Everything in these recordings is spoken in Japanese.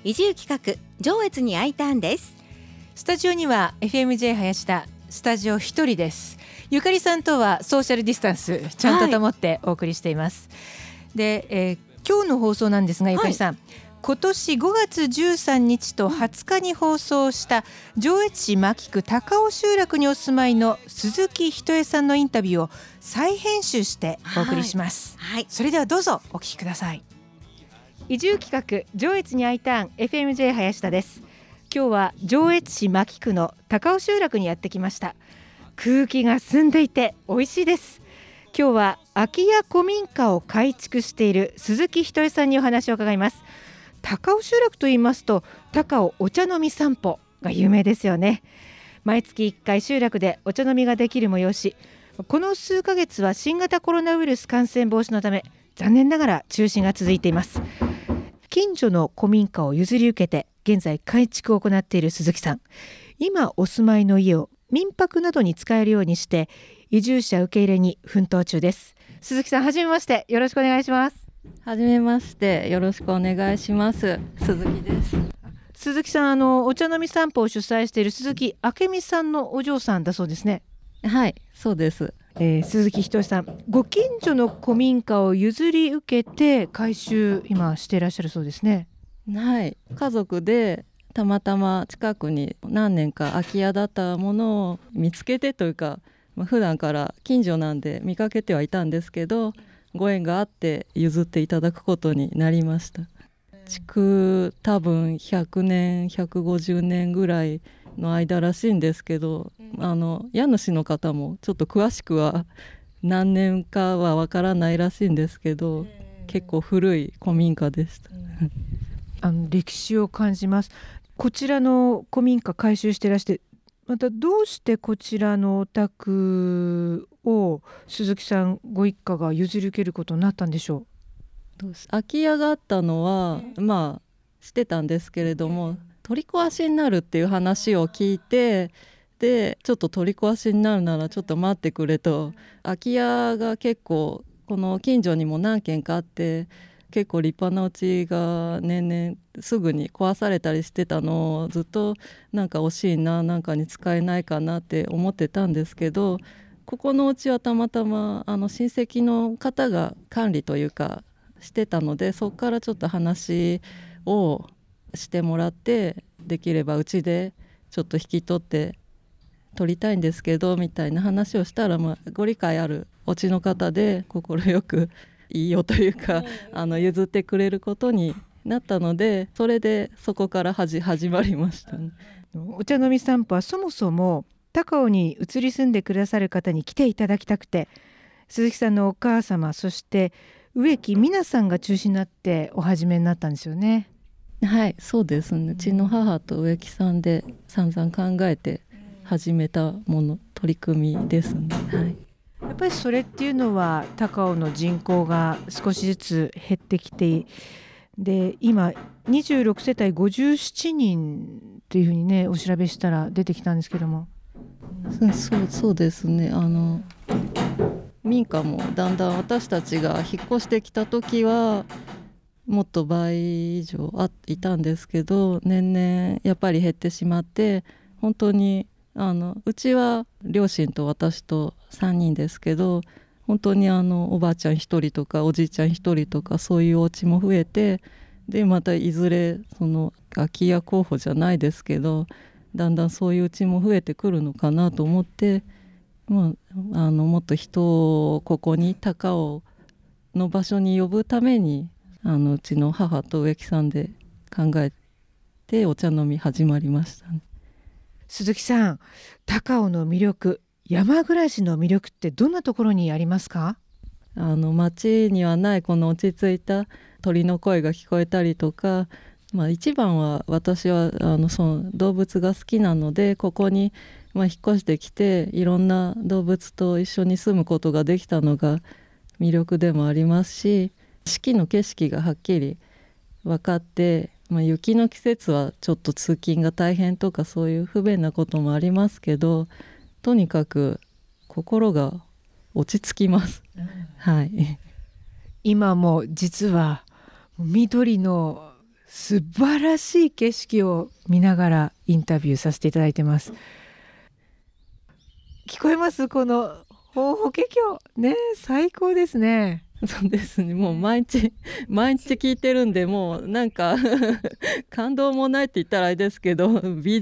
移住企画上越に Iターンです。 スタジオには FMJ 林田スタジオ一人です。ゆかりさんとはソーシャルディスタンスちゃんと保ってお送りしています、で、今日の放送なんですが、ゆかりさん、今年5月13日と20日に放送した上越市牧区高尾集落にお住まいの鈴木ひとえさんのインタビューを再編集してお送りします、それではどうぞお聞きください。移住企画上越に Iターン FMJ 林田です。今日は上越市牧区の高尾集落にやってきました。空気が澄んでいて美味しいです。今日は空き家古民家を改築している鈴木ひとえさんにお話を伺います。高尾集落と言いますと高尾お茶飲み散歩が有名ですよね。毎月1回集落でお茶飲みができる催し、この数ヶ月は新型コロナウイルス感染防止のため残念ながら中止が続いています。近所の古民家を譲り受けて現在改築を行っている鈴木さん、今お住まいの家を民泊などに使えるようにして移住者受け入れに奮闘中です。鈴木さん、はじめまして、よろしくお願いします。 はじめまして、よろしくお願いします。鈴木です。 鈴木さん、お茶飲み散歩を主催している鈴木明美さんのお嬢さんだそうですね。 はい、そうです。 鈴木ひとえさん、ご近所の古民家を譲り受けて改修今していらっしゃるそうですね。 はい、家族でたまたま近くに何年か空き家だったものを見つけてというか、普段から近所なんで見かけてはいたんですけど、ご縁があって譲っていただくことになりました。築多分100年150年ぐらいの間らしいんですけど、家主の方もちょっと詳しくは何年かはわからないらしいんですけど、結構古い古民家でした。 歴史を感じます。こちらの古民家改修してらして、またどうしてこちらのお宅を鈴木さんご一家が譲り受けることになったんでしょう。 空き家があったのはしてたんですけれども、取り壊しになるっていう話を聞いて、でちょっと取り壊しになるならちょっと待ってくれと。空き家が結構この近所にも何軒かあって、結構立派な家が年々すぐに壊されたりしてたのをずっとなんか惜しいな、なんかに使えないかなって思ってたんですけど、ここの家はたまたま親戚の方が管理というかしてたので、そこからちょっと話をしてもらって、できればうちでちょっと引き取って取りたいんですけどみたいな話をしたら、ご理解あるお家の方で快くいいよというか、譲ってくれることになったので、それでそこから始まりましたね。 お茶飲み散歩はそもそも高尾に移り住んでくださる方に来ていただきたくて、鈴木さんのお母様、そして植木美奈さんが中心になってお始めになったんですよね。 はい、そうですね。うちの母と植木さんで散々考えて始めた取り組みですね。はい、 やっぱりそれっていうのは高尾の人口が少しずつ減ってきて、で今26世帯57人っていうふうにね、お調べしたら出てきたんですけども。 そうですね。民家もだんだん私たちが引っ越してきた時はもっと倍以上いたんですけど、年々やっぱり減ってしまって、本当にうちは両親と私と3人ですけど、本当におばあちゃん1人とかおじいちゃん1人とかそういうお家も増えて、でまたいずれその空き家候補じゃないですけど、だんだんそういう家も増えてくるのかなと思って、もっと人をここに高尾の場所に呼ぶためにうちの母と植木さんで考えてお茶飲み始まりましたね。 鈴木さん、高尾の魅力、山暮らしの魅力ってどんなところにありますか？ 町にはないこの落ち着いた鳥の声が聞こえたりとか、一番は私はその動物が好きなので、ここに引っ越してきていろんな動物と一緒に住むことができたのが魅力でもありますし、四季の景色がはっきり分かって、雪の季節はちょっと通勤が大変とかそういう不便なこともありますけど、とにかく心が落ち着きます、はい。 今も実は緑の素晴らしい景色を見ながらインタビューさせていただいてます。聞こえます？この法華経ね、最高ですね。 そうですね、もう毎日聞いてるんで、もうなんか感動もないって言ったらあれですけど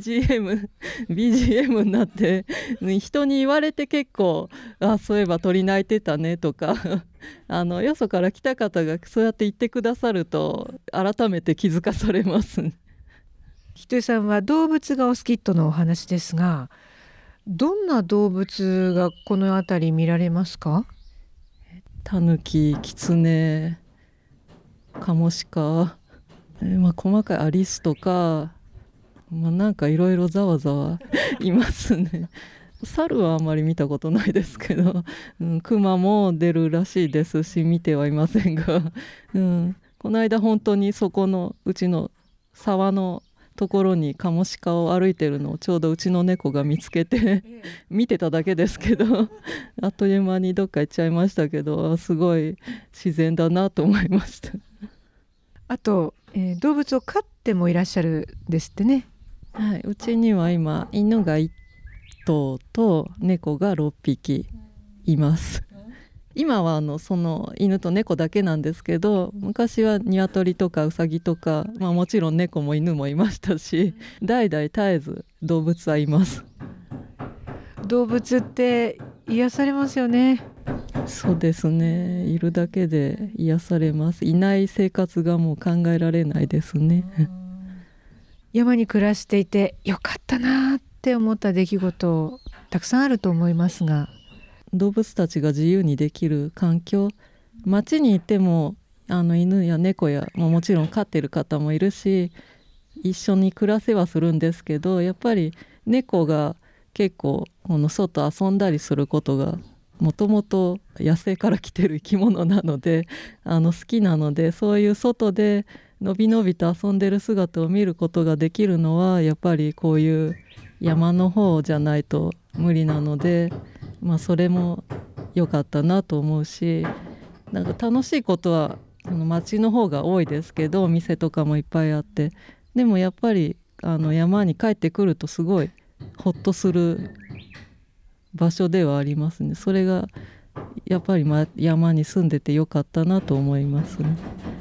BGM になって人に言われて結構そういえば鳥鳴いてたねとかよそから来た方がそうやって言ってくださると改めて気づかされますね。 ひとりさんは動物がお好きとのお話ですが、どんな動物がこの辺り見られますか？ タヌキ、キツネ、カモシカ、細かいアリスとか、なんかいろいろざわざわいますね。猿はあんまり見たことないですけど、クマも出るらしいですし見てはいませんが、この間本当にそこのうちの沢のところにカモシカを歩いてるのをちょうどうちの猫が見つけて見てただけですけどあっという間にどっか行っちゃいましたけど、すごい自然だなと思いました。 あと、動物を飼ってもいらっしゃるですってね。 はい、うちには今犬が1頭と猫が6匹います。今はその犬と猫だけなんですけど、昔は鶏とかウサギとか、もちろん猫も犬もいましたし、代々絶えず動物はいます。 動物って癒されますよね。 そうですね、いるだけで癒されます。いない生活がもう考えられないですね。 山に暮らしていてよかったなって思った出来事たくさんあると思いますが、 動物たちが自由にできる環境、街にいても犬や猫や、もちろん飼ってる方もいるし一緒に暮らせはするんですけど、やっぱり猫が結構この外遊んだりすることがもともと野生から来てる生き物なので好きなので、そういう外でのびのびと遊んでる姿を見ることができるのはやっぱりこういう山の方じゃないと無理なので、それも良かったなと思うし、なんか楽しいことは街の方が多いですけど、店とかもいっぱいあって、でもやっぱり山に帰ってくるとすごいほっとする場所ではありますね。それがやっぱり山に住んでてよかったなと思いますね。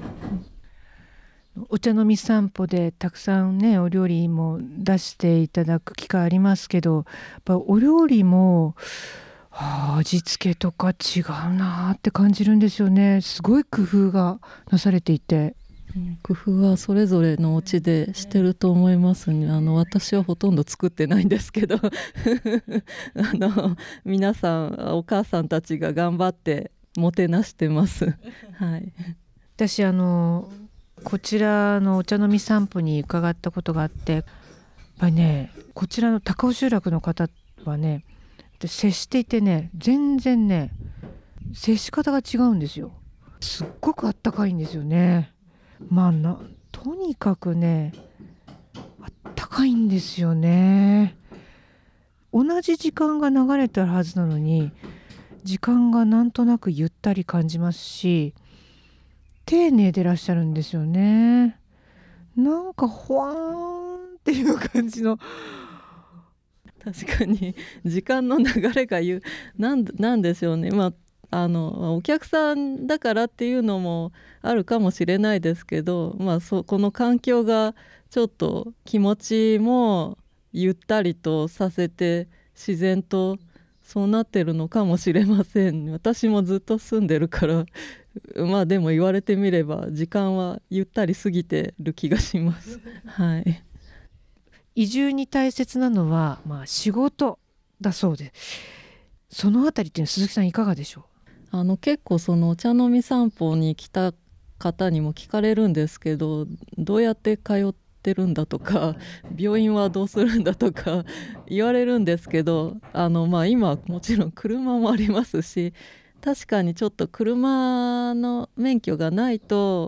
お茶飲み散歩でたくさんねお料理も出していただく機会ありますけど、やっぱお料理も味付けとか違うなって感じるんですよね。すごい工夫がなされていて、 工夫はそれぞれのお家でしてると思いますね。私はほとんど作ってないんですけど皆さんお母さんたちが頑張ってもてなしてますはい、 私こちらのお茶飲み散歩に伺ったことがあって、やっぱりねこちらの高尾集落の方はね接していてね、全然ね接し方が違うんですよ。すっごくあったかいんですよね。とにかくねあったかいんですよね。同じ時間が流れてるはずなのに時間がなんとなくゆったり感じますし、丁寧でいらっしゃるんですよね。なんかほわーんっていう感じの、 確かに時間の流れがなんでしょうね。お客さんだからっていうのもあるかもしれないですけど、この環境がちょっと気持ちもゆったりとさせて自然とそうなってるのかもしれません。私もずっと住んでるからでも言われてみれば時間はゆったり過ぎてる気がしますはい。 移住に大切なのは、仕事だそうで、そのあたりって鈴木さんいかがでしょう？結構そのお茶飲み散歩に来た方にも聞かれるんですけど、どうやって通ってるんだとか病院はどうするんだとか言われるんですけど、今もちろん車もありますし、確かにちょっと車の免許がないと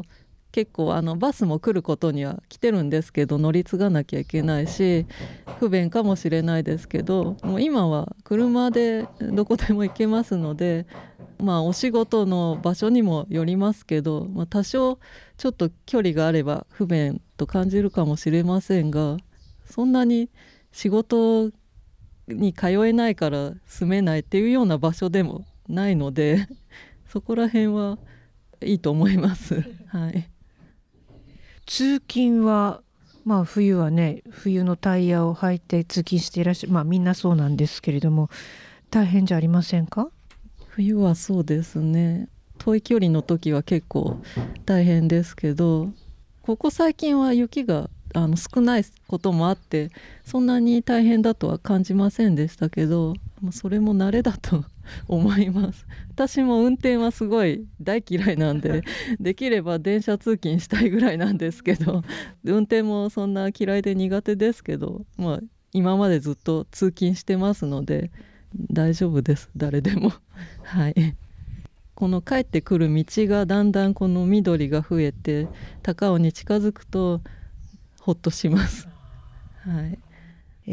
結構バスも来ることには来てるんですけど、乗り継がなきゃいけないし不便かもしれないですけど、もう今は車でどこでも行けますので、お仕事の場所にもよりますけど、多少ちょっと距離があれば不便と感じるかもしれませんが、そんなに仕事に通えないから住めないっていうような場所でもないのでそこら辺はいいと思いますはい。 通勤は冬はね、冬のタイヤを履いて通勤していらっしゃる、みんなそうなんですけれども、大変じゃありませんか？ 冬はそうですね、遠い距離の時は結構大変ですけど、ここ最近は雪が少ないこともあってそんなに大変だとは感じませんでしたけど、それも慣れだと思います。私も運転はすごい大嫌いなんでできれば電車通勤したいぐらいなんですけど、運転もそんな嫌いで苦手ですけど、今までずっと通勤してますので大丈夫です、誰でもはい。この帰ってくる道がだんだんこの緑が増えて高尾に近づくとほっとします、はい。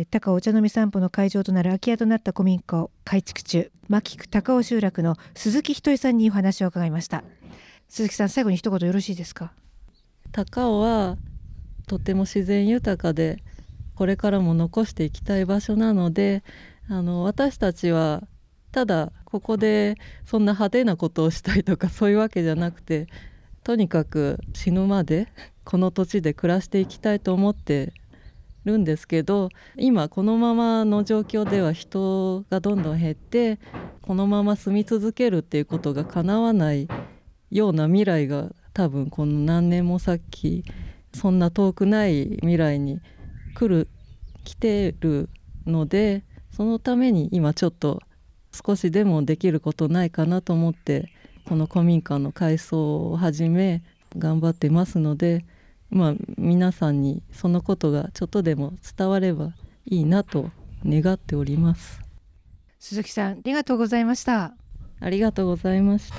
高尾お茶飲み散歩の会場となる空き家となった古民家を改築中、牧区高尾集落の鈴木ひとえさんにお話を伺いました。鈴木さん、最後に一言よろしいですか？ 高尾はとても自然豊かでこれからも残していきたい場所なので、私たちはただここでそんな派手なことをしたいとかそういうわけじゃなくて、とにかく死ぬまでこの土地で暮らしていきたいと思ってるんですけど、今このままの状況では人がどんどん減ってこのまま住み続けるっていうことが叶わないような未来が多分この何年も先、そんな遠くない未来に来てるので、そのために今ちょっと少しでもできることないかなと思ってこの古民家の改装を始め頑張ってますので、皆さんにそのことがちょっとでも伝わればいいなと願っております。 鈴木さん、ありがとうございました。 ありがとうございました。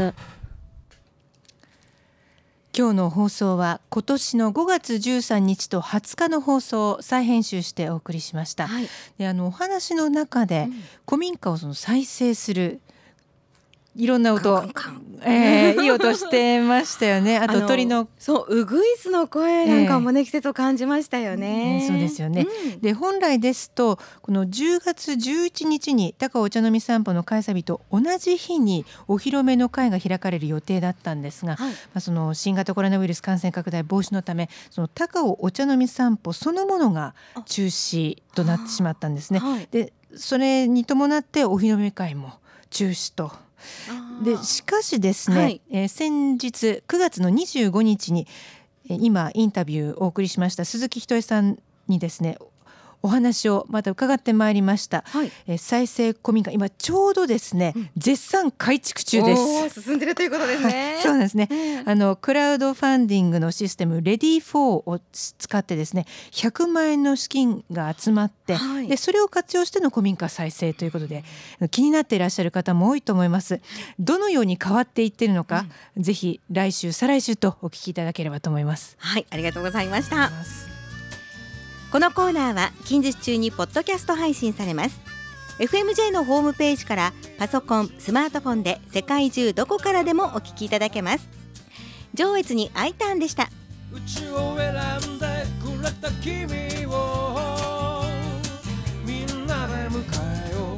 今日の放送は今年の5月13日と20日の放送を再編集してお送りしました、はい。でお話の中で、古民家を再生するいろんな音、いい音してましたよね。あと鳥のウグイスの声なんかもね、季節を感じましたよね。 そうですよね、で本来ですとこの10月11日に高尾お茶飲み散歩の開催日と同じ日にお披露目の会が開かれる予定だったんですが、その新型コロナウイルス感染拡大防止のため、その高尾お茶飲み散歩そのものが中止となってしまったんですね、でそれに伴ってお披露目会も中止と。でしかしですね、先日9月の25日に今インタビューをお送りしました鈴木ひとえさんにですねお話をまた伺ってまいりました、再生古民家今ちょうどですね、絶賛改築中です。 進んでるということですね、 そうなんですね、クラウドファンディングのシステムレディー4を使ってですね100万円の資金が集まって、でそれを活用しての古民家再生ということで気になっていらっしゃる方も多いと思います。どのように変わっていっているのか、ぜひ来週再来週とお聞きいただければと思います。 はい、ありがとうございました。このコーナーは近日中にポッドキャスト配信されます。 FMJ のホームページからパソコン、スマートフォンで世界中どこからでもお聞きいただけます。上越に Iターンでした。 うちを選んでくれた君をみんなで迎えよ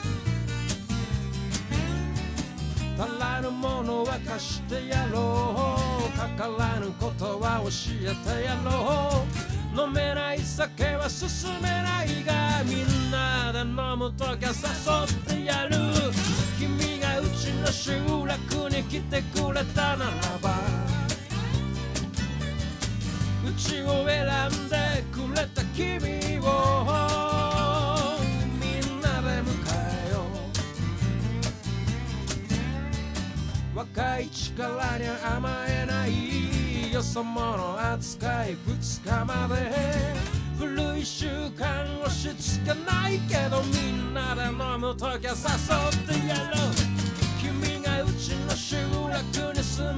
う。足らぬものは貸してやろう。かからぬことは教えてやろう。飲めない酒は進めないがみんなで飲むときは誘ってやる。君がうちの集落に来てくれたならばうちを選んでくれた君をみんなで迎えよう。若い力に甘えないよそ者扱い2日まで古い習慣押し付けないけどみんなで飲むときは誘ってやろう。君がうちの集落に住